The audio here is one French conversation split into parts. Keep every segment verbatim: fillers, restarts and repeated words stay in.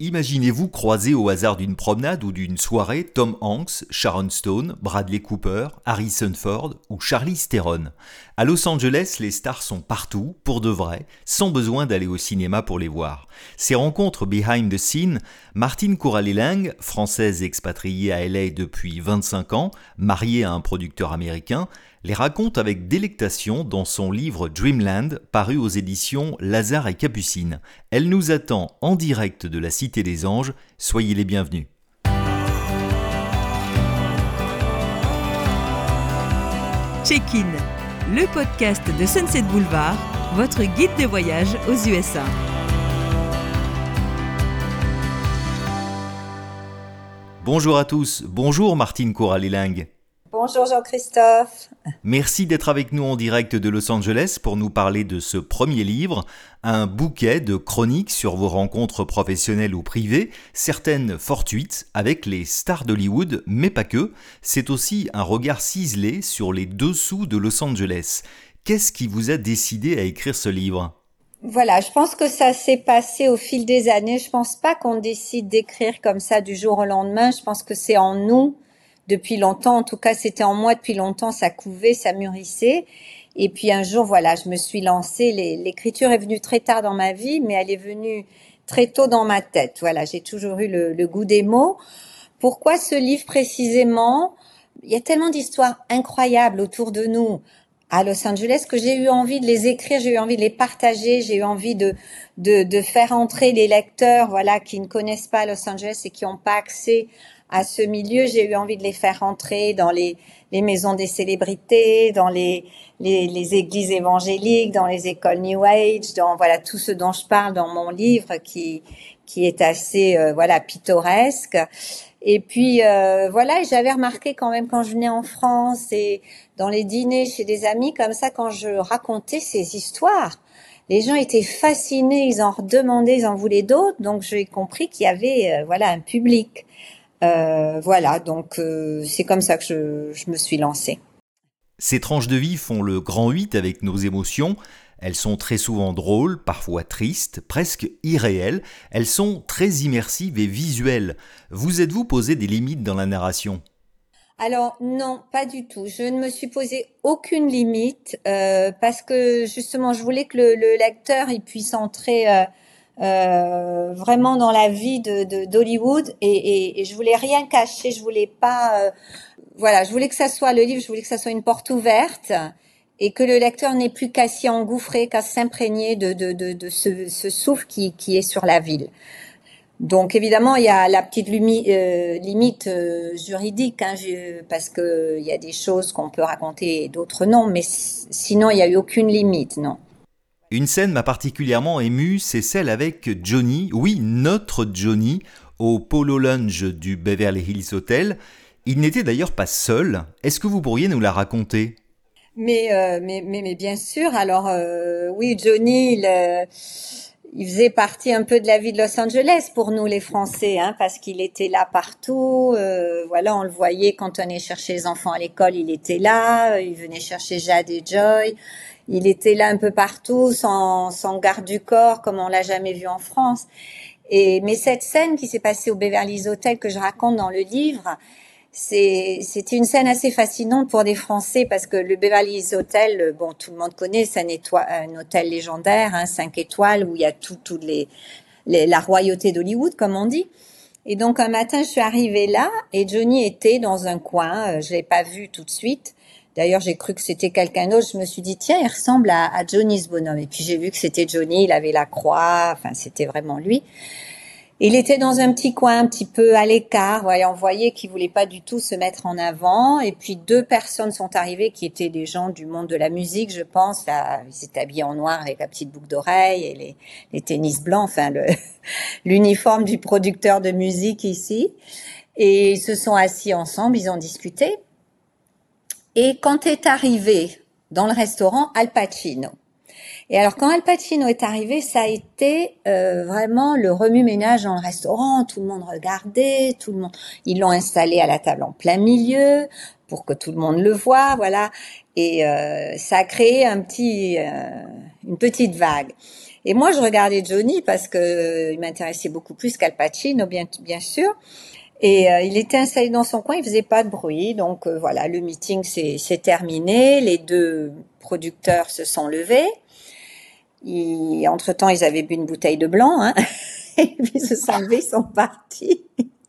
Imaginez-vous croiser au hasard d'une promenade ou d'une soirée Tom Hanks, Sharon Stone, Bradley Cooper, Harrison Ford ou Charlize Theron. À Los Angeles, les stars sont partout, pour de vrai, sans besoin d'aller au cinéma pour les voir. Ces rencontres behind the scene, Martine Kouralélingue, française expatriée à L A depuis vingt-cinq ans, mariée à un producteur américain, les raconte avec délectation dans son livre Dreamland, paru aux éditions Lazare et Capucine. Elle nous attend en direct de la Cité des Anges. Soyez les bienvenus. Check-in, le podcast de Sunset Boulevard, votre guide de voyage aux U S A. Bonjour à tous, bonjour Martine Kouralélingue. Bonjour Jean-Christophe. Merci d'être avec nous en direct de Los Angeles pour nous parler de ce premier livre, un bouquet de chroniques sur vos rencontres professionnelles ou privées, certaines fortuites avec les stars d'Hollywood, mais pas que. C'est aussi un regard ciselé sur les dessous de Los Angeles. Qu'est-ce qui vous a décidé à écrire ce livre ? Voilà, je pense que ça s'est passé au fil des années. Je pense pas qu'on décide d'écrire comme ça du jour au lendemain. Je pense que c'est en nous. Depuis longtemps, en tout cas, c'était en moi depuis longtemps, ça couvait, ça mûrissait. Et puis un jour, voilà, je me suis lancée. L'écriture est venue très tard dans ma vie, mais elle est venue très tôt dans ma tête. Voilà, j'ai toujours eu le, le goût des mots. Pourquoi ce livre précisément ? Il y a tellement d'histoires incroyables autour de nous à Los Angeles que j'ai eu envie de les écrire, j'ai eu envie de les partager, j'ai eu envie de de, de faire entrer les lecteurs, voilà, qui ne connaissent pas Los Angeles et qui n'ont pas accès à ce milieu. J'ai eu envie de les faire entrer dans les, les maisons des célébrités, dans les, les, les églises évangéliques, dans les écoles New Age, dans voilà tout ce dont je parle dans mon livre qui qui est assez euh, voilà pittoresque. Et puis euh, voilà, j'avais remarqué quand même quand je venais en France et dans les dîners chez des amis comme ça, quand je racontais ces histoires, les gens étaient fascinés, ils en redemandaient, ils en voulaient d'autres. Donc j'ai compris qu'il y avait euh, voilà un public. Euh, voilà, donc euh, c'est comme ça que je, je me suis lancée. Ces tranches de vie font le grand huit avec nos émotions. Elles sont très souvent drôles, parfois tristes, presque irréelles. Elles sont très immersives et visuelles. Vous êtes-vous posé des limites dans la narration ? Alors non, pas du tout. Je ne me suis posé aucune limite euh, parce que justement, je voulais que le, le lecteur il puisse entrer euh, Euh, vraiment dans la vie de, de d'Hollywood et, et, et je voulais rien cacher, je voulais pas euh, voilà, je voulais que ça soit le livre, je voulais que ça soit une porte ouverte et que le lecteur n'ait plus qu'à s'y engouffrer, qu'à s'imprégner de de de, de ce, ce souffle qui qui est sur la ville. Donc évidemment, il y a la petite lumi, euh, limite euh, juridique hein, je, parce que il y a des choses qu'on peut raconter et d'autres non, mais s- sinon il y a eu aucune limite, non. Une scène m'a particulièrement ému, c'est celle avec Johnny, oui, notre Johnny, au Polo Lounge du Beverly Hills Hotel. Il n'était d'ailleurs pas seul. Est-ce que vous pourriez nous la raconter ? Mais, euh, mais, mais, mais bien sûr. Alors, euh, oui, Johnny, il, euh, il faisait partie un peu de la vie de Los Angeles pour nous, les Français, hein, parce qu'il était là partout. Euh, voilà, on le voyait quand on allait chercher les enfants à l'école, il était là. Il venait chercher Jade et Joy. Il était là un peu partout, sans, sans garde du corps, comme on l'a jamais vu en France. Et mais cette scène qui s'est passée au Beverly Hills Hotel que je raconte dans le livre, c'est c'était une scène assez fascinante pour des Français parce que le Beverly Hills Hotel, bon, tout le monde connaît, c'est un, étoile, un hôtel légendaire, hein, cinq étoiles où il y a tout, tout les, les la royauté d'Hollywood, comme on dit. Et donc un matin, je suis arrivée là et Johnny était dans un coin, je l'ai pas vu tout de suite. D'ailleurs, j'ai cru que c'était quelqu'un d'autre. Je me suis dit, tiens, il ressemble à, à Johnny ce bonhomme. Et puis, j'ai vu que c'était Johnny. Il avait la croix. Enfin, c'était vraiment lui. Il était dans un petit coin, un petit peu à l'écart. Voilà, on voyait qu'il voulait pas du tout se mettre en avant. Et puis, deux personnes sont arrivées qui étaient des gens du monde de la musique, je pense. Là, ils étaient habillés en noir avec la petite boucle d'oreille et les, les tennis blancs. Enfin, le, l'uniforme du producteur de musique ici. Et ils se sont assis ensemble. Ils ont discuté. Et quand est arrivé dans le restaurant Al Pacino, et alors quand Al Pacino est arrivé, ça a été euh, vraiment le remue-ménage dans le restaurant. Tout le monde regardait, tout le monde. Ils l'ont installé à la table en plein milieu pour que tout le monde le voie, voilà. Et euh, ça a créé un petit, euh, une petite vague. Et moi, je regardais Johnny parce que euh, il m'intéressait beaucoup plus qu'Al Pacino, bien, bien sûr. Et euh, il était installé dans son coin, il faisait pas de bruit. Donc euh, voilà, le meeting s'est, s'est terminé. Les deux producteurs se sont levés. Et, entre-temps, ils avaient bu une bouteille de blanc. Hein. Et puis ils se sont levés, ils sont partis.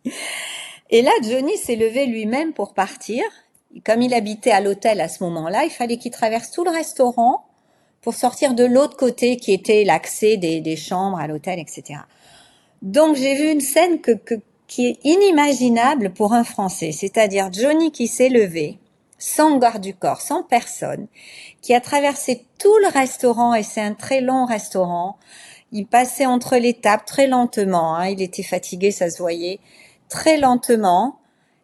Et là, Johnny s'est levé lui-même pour partir. Comme il habitait à l'hôtel à ce moment-là, il fallait qu'il traverse tout le restaurant pour sortir de l'autre côté qui était l'accès des, des chambres à l'hôtel, et cetera. Donc j'ai vu une scène que, que, qui est inimaginable pour un Français, c'est-à-dire Johnny qui s'est levé, sans garde du corps, sans personne, qui a traversé tout le restaurant, et c'est un très long restaurant. Il passait entre les tables très lentement, hein, il était fatigué, ça se voyait, très lentement.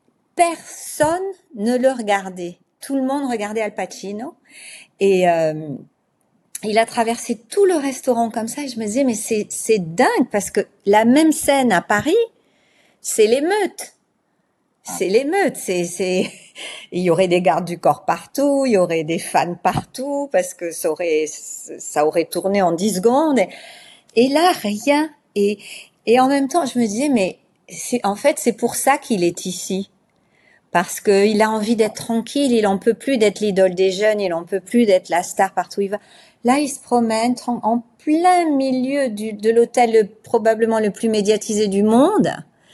Personne ne le regardait. Tout le monde regardait Al Pacino. Et euh, il a traversé tout le restaurant comme ça. Et je me disais, mais c'est, c'est dingue parce que la même scène à Paris, c'est l'émeute. C'est l'émeute. C'est, c'est... Il y aurait des gardes du corps partout, il y aurait des fans partout parce que ça aurait, ça aurait tourné en dix secondes. Et là, rien. Et, et en même temps, je me disais, mais c'est, en fait, c'est pour ça qu'il est ici. Parce qu'il a envie d'être tranquille, il en peut plus d'être l'idole des jeunes, il en peut plus d'être la star partout où il va. Là, il se promène en plein milieu du, de l'hôtel le, probablement le plus médiatisé du monde.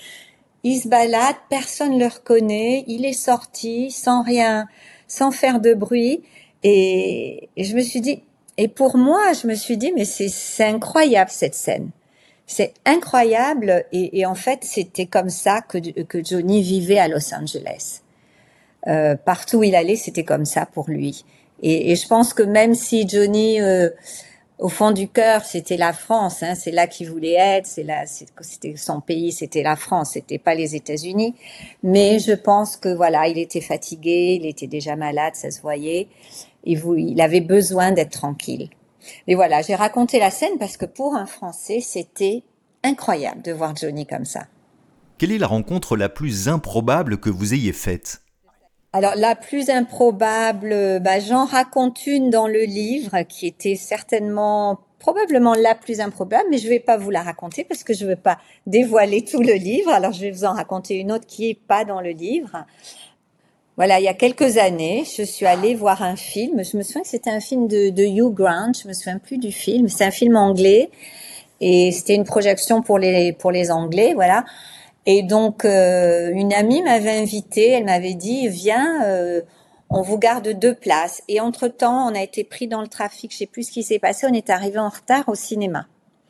Il se balade, personne le reconnaît, il est sorti sans rien, sans faire de bruit. Et, et je me suis dit, et pour moi, je me suis dit, mais c'est, c'est incroyable cette scène. C'est incroyable et, et en fait c'était comme ça que, que Johnny vivait à Los Angeles. Euh, partout où il allait, c'était comme ça pour lui. Et, et je pense que même si Johnny, euh, au fond du cœur, c'était la France, hein, c'est là qu'il voulait être, c'est là, c'était son pays, c'était la France, c'était pas les États-Unis. Mais je pense que voilà, il était fatigué, il était déjà malade, ça se voyait. Il, il avait besoin d'être tranquille. Mais voilà, j'ai raconté la scène parce que pour un Français, c'était incroyable de voir Johnny comme ça. Quelle est la rencontre la plus improbable que vous ayez faite ? Alors, la plus improbable, bah, j'en raconte une dans le livre qui était certainement, probablement la plus improbable, mais je vais pas vous la raconter parce que je veux pas dévoiler tout le livre. Alors, je vais vous en raconter une autre qui est pas dans le livre. Voilà, il y a quelques années, je suis allée voir un film. Je me souviens que c'était un film de, de Hugh Grant. Je me souviens plus du film. C'est un film anglais et c'était une projection pour les pour les Anglais, voilà. Et donc euh, une amie m'avait invitée. Elle m'avait dit viens, euh, on vous garde deux places. Et entre temps, on a été pris dans le trafic. Je sais plus ce qui s'est passé. On est arrivé en retard au cinéma.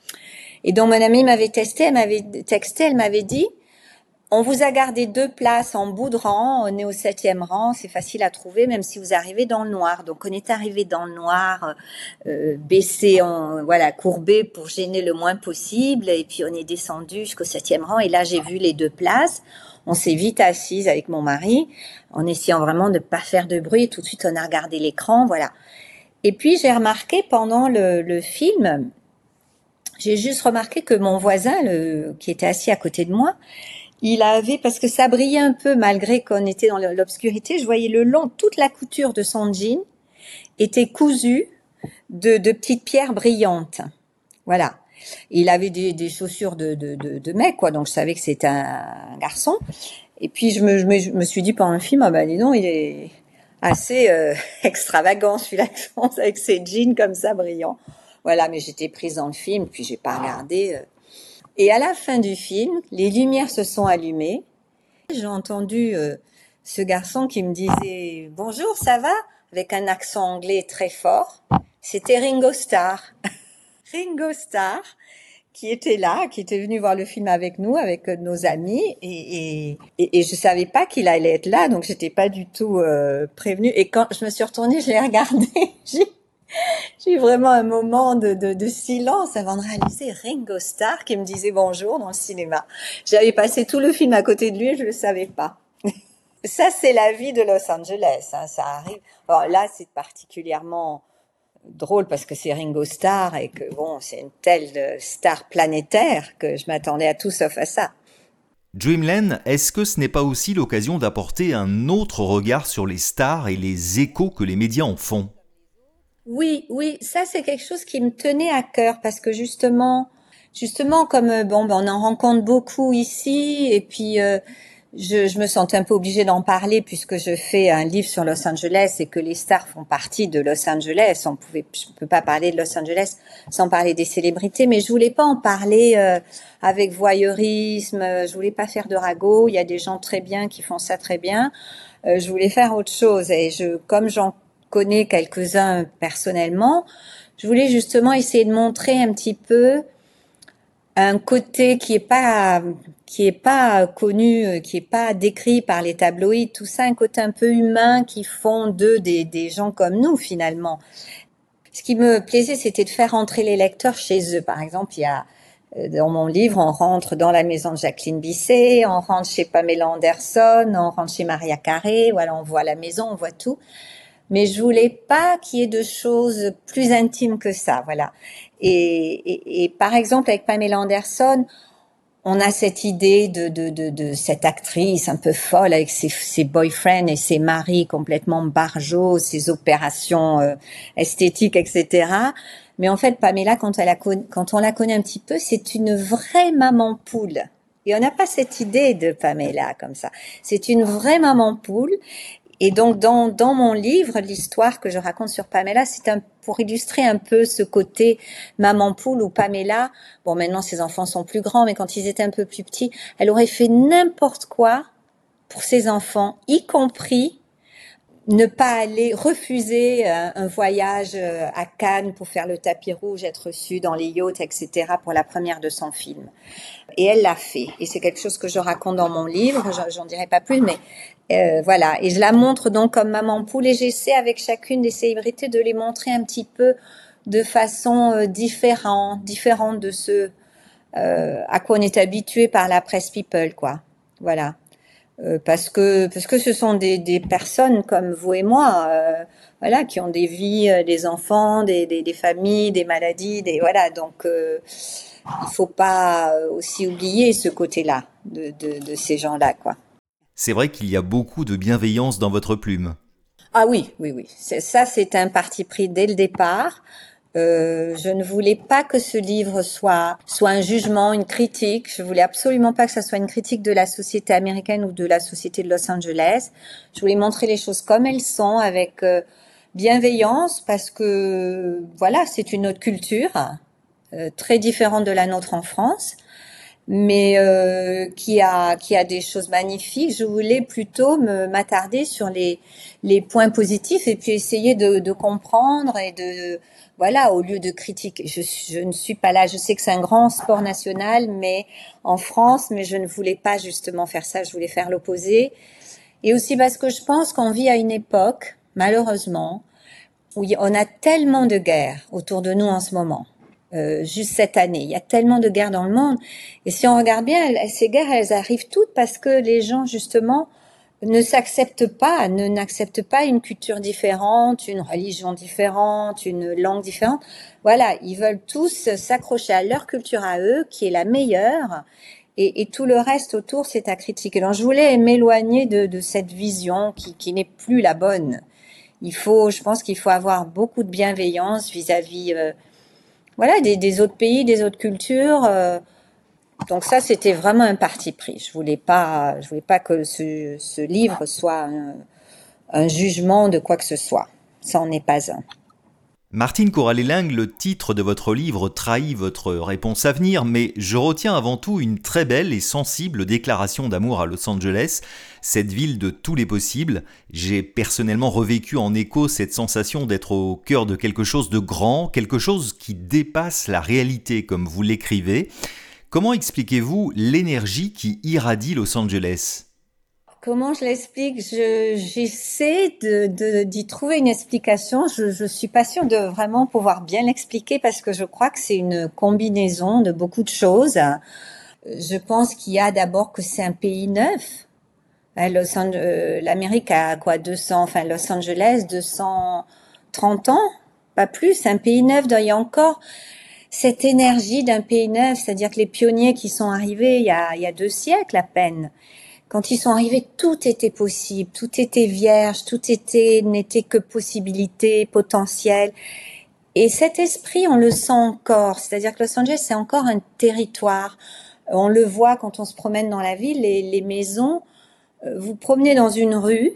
Et donc mon amie m'avait testé. Elle m'avait texté. Elle m'avait dit on vous a gardé deux places en bout de rang, on est au septième rang, c'est facile à trouver même si vous arrivez dans le noir. Donc on est arrivé dans le noir, euh, baissé, en, voilà, courbé pour gêner le moins possible. Et puis on est descendu jusqu'au septième rang et là j'ai vu les deux places. On s'est vite assise avec mon mari, en essayant vraiment de ne pas faire de bruit. Tout de suite on a regardé l'écran, voilà. Et puis j'ai remarqué pendant le, le film, j'ai juste remarqué que mon voisin, le, qui était assis à côté de moi, il avait, parce que ça brillait un peu malgré qu'on était dans l'obscurité, je voyais le long, toute la couture de son jean était cousue de, de petites pierres brillantes. Voilà. Il avait des, des chaussures de, de, de, de mec, quoi, donc je savais que c'était un, un garçon. Et puis je me, je me, je me suis dit pendant le film, ah ben dis donc, il est assez euh, extravagant celui-là, avec ses jeans comme ça brillants. Voilà, mais j'étais prise dans le film, puis j'ai pas regardé... Euh, Et à la fin du film, les lumières se sont allumées. J'ai entendu euh, ce garçon qui me disait « Bonjour, ça va ?» avec un accent anglais très fort. C'était Ringo Starr. Ringo Starr qui était là, qui était venu voir le film avec nous, avec euh, nos amis. Et, et, et, et je savais pas qu'il allait être là, donc j'étais pas du tout euh, prévenue. Et quand je me suis retournée, je l'ai regardé. j'ai J'ai eu vraiment un moment de, de, de silence avant de réaliser Ringo Starr qui me disait bonjour dans le cinéma. J'avais passé tout le film à côté de lui et je le savais pas. Ça, c'est la vie de Los Angeles, hein, ça arrive. Alors là, c'est particulièrement drôle parce que c'est Ringo Starr et que bon, c'est une telle star planétaire que je m'attendais à tout sauf à ça. Dreamland, est-ce que ce n'est pas aussi l'occasion d'apporter un autre regard sur les stars et les échos que les médias en font ? Oui, oui, ça c'est quelque chose qui me tenait à cœur parce que justement, justement comme euh, bon, ben on en rencontre beaucoup ici et puis euh, je, je me sentais un peu obligée d'en parler puisque je fais un livre sur Los Angeles et que les stars font partie de Los Angeles. On pouvait, je peux pas parler de Los Angeles sans parler des célébrités, mais je voulais pas en parler euh, avec voyeurisme. Je voulais pas faire de ragot. Il y a des gens très bien qui font ça très bien. Euh, je voulais faire autre chose et je, comme j'en connais quelques-uns personnellement, je voulais justement essayer de montrer un petit peu un côté qui est pas qui est pas connu, qui est pas décrit par les tabloïds, tout ça, un côté un peu humain qui font d'eux des, des gens comme nous finalement. Ce qui me plaisait, c'était de faire entrer les lecteurs chez eux. Par exemple, il y a dans mon livre, on rentre dans la maison de Jacqueline Bisset, on rentre chez Pamela Anderson, on rentre chez Maria Carey, voilà, on voit la maison, on voit tout. Mais je voulais pas qu'il y ait de choses plus intimes que ça, voilà. Et, et, et par exemple, avec Pamela Anderson, on a cette idée de, de, de, de cette actrice un peu folle avec ses, ses boyfriends et ses maris complètement barjots, ses opérations euh, esthétiques, et cetera. Mais en fait, Pamela, quand, elle a, quand on la connaît un petit peu, c'est une vraie maman poule. Et on n'a pas cette idée de Pamela comme ça. C'est une vraie maman poule. Et donc, dans, dans mon livre, l'histoire que je raconte sur Pamela, c'est un, pour illustrer un peu ce côté maman poule où Pamela, bon, maintenant ses enfants sont plus grands, mais quand ils étaient un peu plus petits, elle aurait fait n'importe quoi pour ses enfants, y compris ne pas aller refuser un, un voyage à Cannes pour faire le tapis rouge, être reçue dans les yachts, et cetera pour la première de son film. Et elle l'a fait. Et c'est quelque chose que je raconte dans mon livre. J'en, j'en dirai pas plus, mais euh, voilà. Et je la montre donc comme maman poule. Et j'essaie avec chacune des célébrités de les montrer un petit peu de façon euh, différente, différente de ce euh, à quoi on est habitué par la presse people, quoi. Voilà. Euh, parce que parce que ce sont des, des personnes comme vous et moi, euh, voilà, qui ont des vies, euh, des enfants, des, des, des familles, des maladies, des voilà. Donc euh, il faut pas aussi oublier ce côté-là de, de, de ces gens-là, quoi. C'est vrai qu'il y a beaucoup de bienveillance dans votre plume. Ah oui, oui, oui. C'est, ça, c'est un parti pris dès le départ. Euh, je ne voulais pas que ce livre soit soit un jugement, une critique. Je voulais absolument pas que ça soit une critique de la société américaine ou de la société de Los Angeles. Je voulais montrer les choses comme elles sont, avec euh, bienveillance, parce que voilà, c'est une autre culture euh, très différente de la nôtre en France, mais euh, qui a qui a des choses magnifiques. Je voulais plutôt me m'attarder sur les les points positifs et puis essayer de, de comprendre et de voilà, au lieu de critiquer. Je, je ne suis pas là. Je sais que c'est un grand sport national, mais en France, mais je ne voulais pas justement faire ça. Je voulais faire l'opposé. Et aussi parce que je pense qu'on vit à une époque, malheureusement, où on a tellement de guerres autour de nous en ce moment. Euh, juste cette année, il y a tellement de guerres dans le monde. Et si on regarde bien, elles, ces guerres, elles arrivent toutes parce que les gens, justement, ne s'acceptent pas, ne n'acceptent pas une culture différente, une religion différente, une langue différente. Voilà, ils veulent tous s'accrocher à leur culture à eux, qui est la meilleure, et, et tout le reste autour, c'est à critiquer. Donc, je voulais m'éloigner de, de cette vision qui, qui n'est plus la bonne. Il faut, je pense qu'il faut avoir beaucoup de bienveillance vis-à-vis, euh, voilà, des, des autres pays, des autres cultures. Euh, Donc ça, c'était vraiment un parti pris. Je voulais pas, je voulais pas que ce, ce livre soit un, un jugement de quoi que ce soit. Ça n'en est pas un. Martine Kouralélingue, le titre de votre livre trahit votre réponse à venir, mais je retiens avant tout une très belle et sensible déclaration d'amour à Los Angeles, cette ville de tous les possibles. J'ai personnellement revécu en écho cette sensation d'être au cœur de quelque chose de grand, quelque chose qui dépasse la réalité, comme vous l'écrivez. Comment expliquez-vous l'énergie qui irradie Los Angeles ? Comment je l'explique ? Je, j'essaie de, de, d'y trouver une explication. Je, je suis pas sûre de vraiment pouvoir bien l'expliquer parce que je crois que c'est une combinaison de beaucoup de choses. Je pense qu'il y a d'abord que c'est un pays neuf. Los Angeles, euh, l'Amérique a quoi, deux cents, enfin Los Angeles, deux cent trente ans, pas plus. Un pays neuf, il y a encore cette énergie d'un pays neuf, c'est-à-dire que les pionniers qui sont arrivés il y a, il y a deux siècles à peine, Quand ils sont arrivés, tout était possible, tout était vierge, tout était n'était que possibilité, potentiel. Et cet esprit, on le sent encore. C'est-à-dire que Los Angeles, c'est encore un territoire. On le voit quand on se promène dans la ville, les, les maisons. Vous promenez dans une rue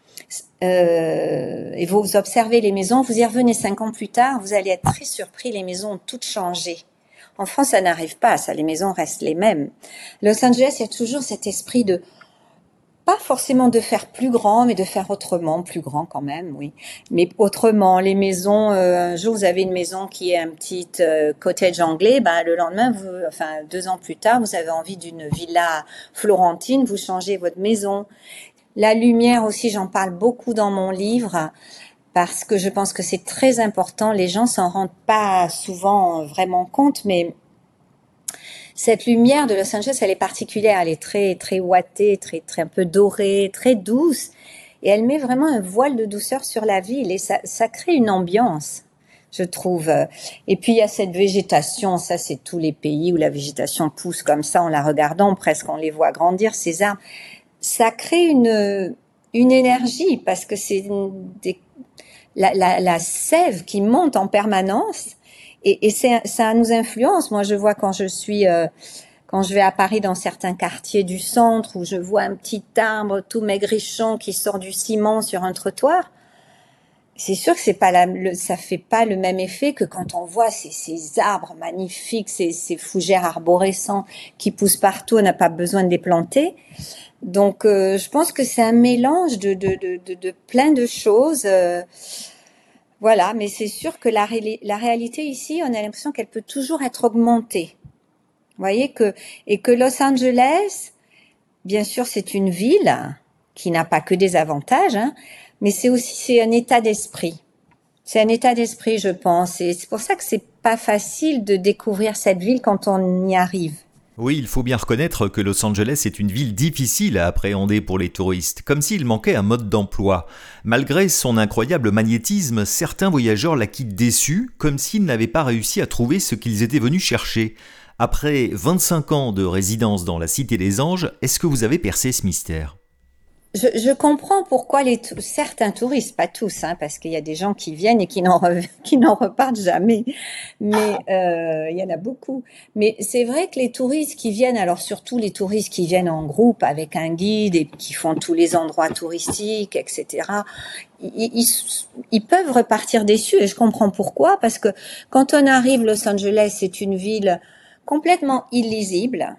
euh, et vous observez les maisons. Vous y revenez cinq ans plus tard, vous allez être très surpris. Les maisons ont toutes changé. En France, ça n'arrive pas. Ça, les maisons restent les mêmes. Los Angeles, il y a toujours cet esprit de pas forcément de faire plus grand, mais de faire autrement, plus grand quand même, oui. Mais autrement, les maisons, euh, un jour vous avez une maison qui est un petit euh, cottage anglais, ben le lendemain, vous, enfin deux ans plus tard, vous avez envie d'une villa florentine, vous changez votre maison. La lumière aussi, j'en parle beaucoup dans mon livre, parce que je pense que c'est très important. Les gens s'en rendent pas souvent vraiment compte, mais cette lumière de Los Angeles, elle est particulière, elle est très très ouatée, très très un peu dorée, très douce, et elle met vraiment un voile de douceur sur la ville et ça ça crée une ambiance, je trouve. Et puis il y a cette végétation, ça c'est tous les pays où la végétation pousse comme ça en la regardant, presque on les voit grandir ces arbres. Ça crée une une énergie parce que c'est des, la la la sève qui monte en permanence. Et, et c'est, ça nous influence. Moi, je vois quand je suis, euh, quand je vais à Paris dans certains quartiers du centre où je vois un petit arbre tout maigrichon qui sort du ciment sur un trottoir. C'est sûr que c'est pas la, le, ça fait pas le même effet que quand on voit ces, ces arbres magnifiques, ces, ces fougères arborescentes qui poussent partout. On n'a pas besoin de les planter. Donc, euh, je pense que c'est un mélange de, de, de, de, de plein de choses. Euh, Voilà, mais c'est sûr que la, ré- la réalité ici, on a l'impression qu'elle peut toujours être augmentée. Vous voyez que et que Los Angeles, bien sûr, c'est une ville qui n'a pas que des avantages, hein, mais c'est aussi c'est un état d'esprit. C'est un état d'esprit, je pense, et c'est pour ça que c'est pas facile de découvrir cette ville quand on y arrive. Oui, il faut bien reconnaître que Los Angeles est une ville difficile à appréhender pour les touristes, comme s'il manquait un mode d'emploi. Malgré son incroyable magnétisme, certains voyageurs la quittent déçus, comme s'ils n'avaient pas réussi à trouver ce qu'ils étaient venus chercher. Après vingt-cinq ans de résidence dans la Cité des Anges, est-ce que vous avez percé ce mystère ? Je, je comprends pourquoi les tou- certains touristes, pas tous, hein, parce qu'il y a des gens qui viennent et qui n'en re- qui n'en repartent jamais, mais euh, il y en a beaucoup. Mais c'est vrai que les touristes qui viennent, alors surtout les touristes qui viennent en groupe avec un guide et qui font tous les endroits touristiques, et cetera, ils, ils, ils peuvent repartir déçus et je comprends pourquoi, parce que quand on arrive, Los Angeles, c'est une ville complètement illisible.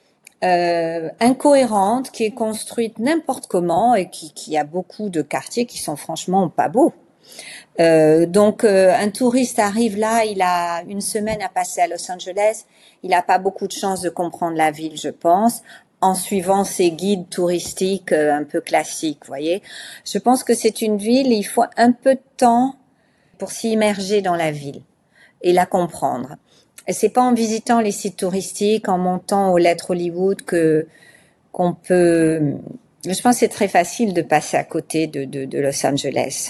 Euh, incohérente, qui est construite n'importe comment et qui, qui a beaucoup de quartiers qui sont franchement pas beaux. Euh, donc euh, un touriste arrive là, il a une semaine à passer à Los Angeles, il n'a pas beaucoup de chance de comprendre la ville, je pense, en suivant ses guides touristiques euh, un peu classiques, vous voyez. Je pense que c'est une ville, il faut un peu de temps pour s'y immerger dans la ville et la comprendre. Et c'est pas en visitant les sites touristiques, en montant au Lettres Hollywood que qu'on peut. Je pense que c'est très facile de passer à côté de, de, de Los Angeles.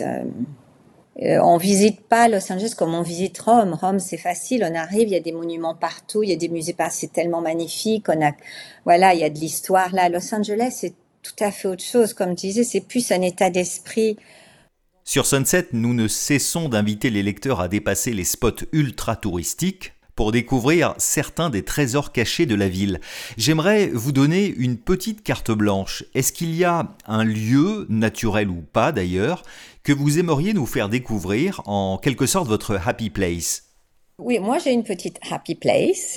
Euh, on visite pas Los Angeles comme on visite Rome. Rome, c'est facile. On arrive, il y a des monuments partout, il y a des musées partout. C'est tellement magnifique. On a, voilà, il y a de l'histoire là. Los Angeles, c'est tout à fait autre chose. Comme je disais, c'est plus un état d'esprit. Sur Sunset, nous ne cessons d'inviter les lecteurs à dépasser les spots ultra touristiques pour découvrir certains des trésors cachés de la ville. J'aimerais vous donner une petite carte blanche. Est-ce qu'il y a un lieu, naturel ou pas d'ailleurs, que vous aimeriez nous faire découvrir, en quelque sorte votre happy place ? Oui, moi j'ai une petite happy place.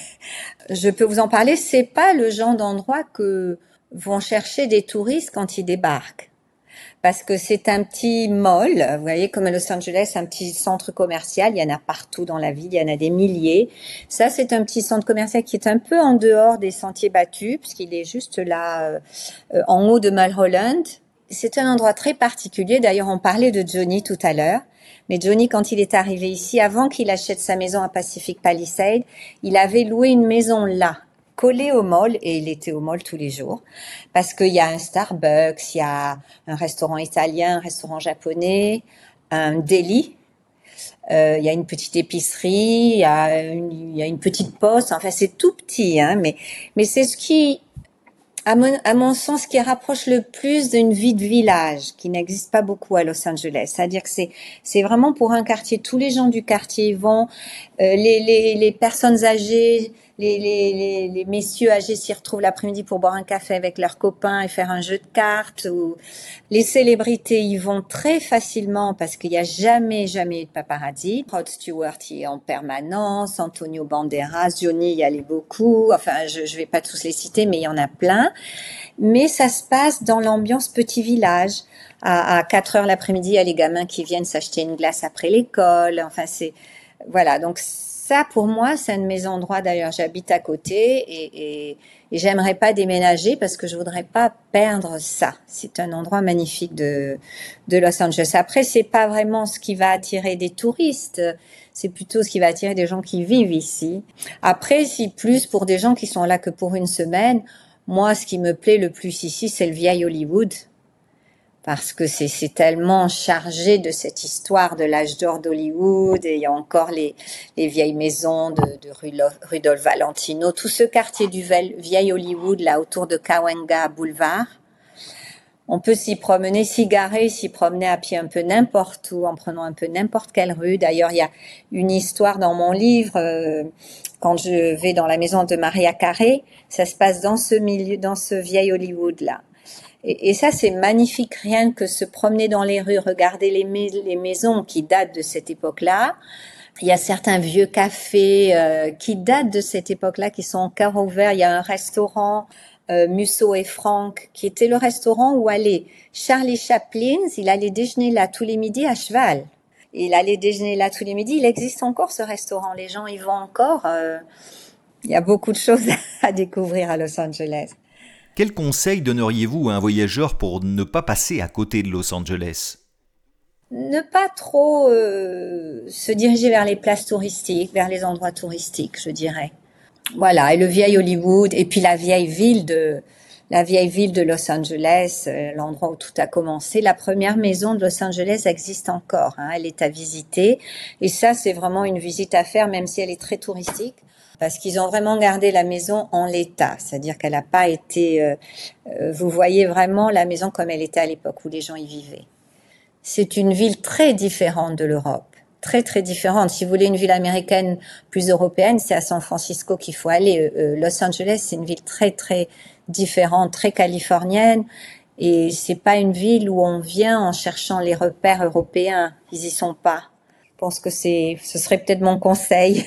Je peux vous en parler. C'est pas le genre d'endroit que vont chercher des touristes quand ils débarquent. Parce que c'est un petit mall, vous voyez, comme à Los Angeles, un petit centre commercial. Il y en a partout dans la ville, il y en a des milliers. Ça, c'est un petit centre commercial qui est un peu en dehors des sentiers battus, puisqu'il est juste là, euh, en haut de Mulholland. C'est un endroit très particulier. D'ailleurs, on parlait de Johnny tout à l'heure. Mais Johnny, quand il est arrivé ici, avant qu'il achète sa maison à Pacific Palisades, il avait loué une maison là, collé au mall, et il était au mall tous les jours, parce qu'il y a un Starbucks, il y a un restaurant italien, un restaurant japonais, un deli, euh, il y a une petite épicerie, il y a une, il y a une petite poste, enfin c'est tout petit, hein, mais, mais c'est ce qui, À mon, à mon sens, qui rapproche le plus d'une vie de village, qui n'existe pas beaucoup à Los Angeles. C'est-à-dire que c'est, c'est vraiment pour un quartier. Tous les gens du quartier y vont. Euh, les, les, les personnes âgées, les, les, les, les messieurs âgés s'y retrouvent l'après-midi pour boire un café avec leurs copains et faire un jeu de cartes. Ou les célébrités y vont très facilement parce qu'il n'y a jamais, jamais eu de paparazzi. Rod Stewart y est en permanence, Antonio Banderas, Johnny y allait beaucoup. Enfin, je ne vais pas tous les citer, mais il y en a plein. Mais ça se passe dans l'ambiance petit village. À, à quatre heures l'après-midi, il y a les gamins qui viennent s'acheter une glace après l'école. Enfin, c'est... Voilà, donc ça, pour moi, c'est un de mes endroits. D'ailleurs, j'habite à côté et, et, et j'aimerais pas déménager parce que je voudrais pas perdre ça. C'est un endroit magnifique de, de Los Angeles. Après, c'est pas vraiment ce qui va attirer des touristes. C'est plutôt ce qui va attirer des gens qui vivent ici. Après, si plus pour des gens qui sont là que pour une semaine, moi, ce qui me plaît le plus ici, c'est le vieil Hollywood. Parce que c'est, c'est tellement chargé de cette histoire de l'âge d'or d'Hollywood, et il y a encore les, les vieilles maisons de, de Rudolph, Rudolph Valentino, tout ce quartier du vieil Hollywood, là, autour de Cahuenga Boulevard. On peut s'y promener, s'y garer, s'y promener à pied un peu n'importe où, en prenant un peu n'importe quelle rue. D'ailleurs, il y a une histoire dans mon livre, euh, quand je vais dans la maison de Maria Carey, ça se passe dans ce milieu, dans ce vieil Hollywood-là. Et, et ça, c'est magnifique, rien que se promener dans les rues, regarder les, mais, les maisons qui datent de cette époque-là. Il y a certains vieux cafés euh, qui datent de cette époque-là, qui sont encore ouverts. Il y a un restaurant, euh, Musso et Franck, qui était le restaurant où allait Charlie Chaplin. Il allait déjeuner là tous les midis à cheval. Il allait déjeuner là tous les midis. Il existe encore ce restaurant. Les gens y vont encore. Euh, il y a beaucoup de choses à découvrir à Los Angeles. Quel conseil donneriez-vous à un voyageur pour ne pas passer à côté de Los Angeles ? Ne pas trop euh, se diriger vers les places touristiques, vers les endroits touristiques, je dirais. Voilà, et le vieil Hollywood, et puis la vieille ville de la vieille ville de Los Angeles, euh, l'endroit où tout a commencé. La première maison de Los Angeles existe encore, hein, elle est à visiter, et ça c'est vraiment une visite à faire, même si elle est très touristique. Parce qu'ils ont vraiment gardé la maison en l'état, c'est-à-dire qu'elle n'a pas été... Euh, euh, vous voyez vraiment la maison comme elle était à l'époque où les gens y vivaient. C'est une ville très différente de l'Europe, très très différente. Si vous voulez une ville américaine plus européenne, c'est à San Francisco qu'il faut aller. Euh, Los Angeles, c'est une ville très très différente, très californienne. Et c'est pas une ville où on vient en cherchant les repères européens. Ils y sont pas. Je pense que c'est, ce serait peut-être mon conseil.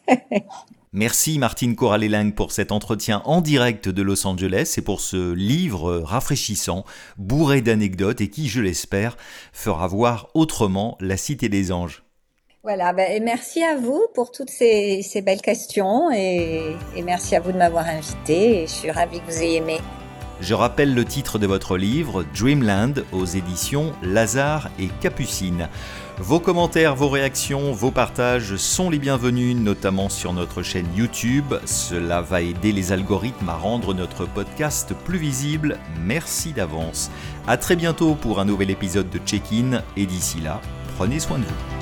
Merci Martine Corallelang pour cet entretien en direct de Los Angeles et pour ce livre rafraîchissant, bourré d'anecdotes et qui, je l'espère, fera voir autrement la Cité des Anges. Voilà, ben, et merci à vous pour toutes ces, ces belles questions et, et merci à vous de m'avoir invité et je suis ravie que vous ayez aimé. Je rappelle le titre de votre livre, Dreamland, aux éditions Lazare et Capucine. Vos commentaires, vos réactions, vos partages sont les bienvenus, notamment sur notre chaîne YouTube. Cela va aider les algorithmes à rendre notre podcast plus visible. Merci d'avance. À très bientôt pour un nouvel épisode de Check-in et d'ici là, prenez soin de vous.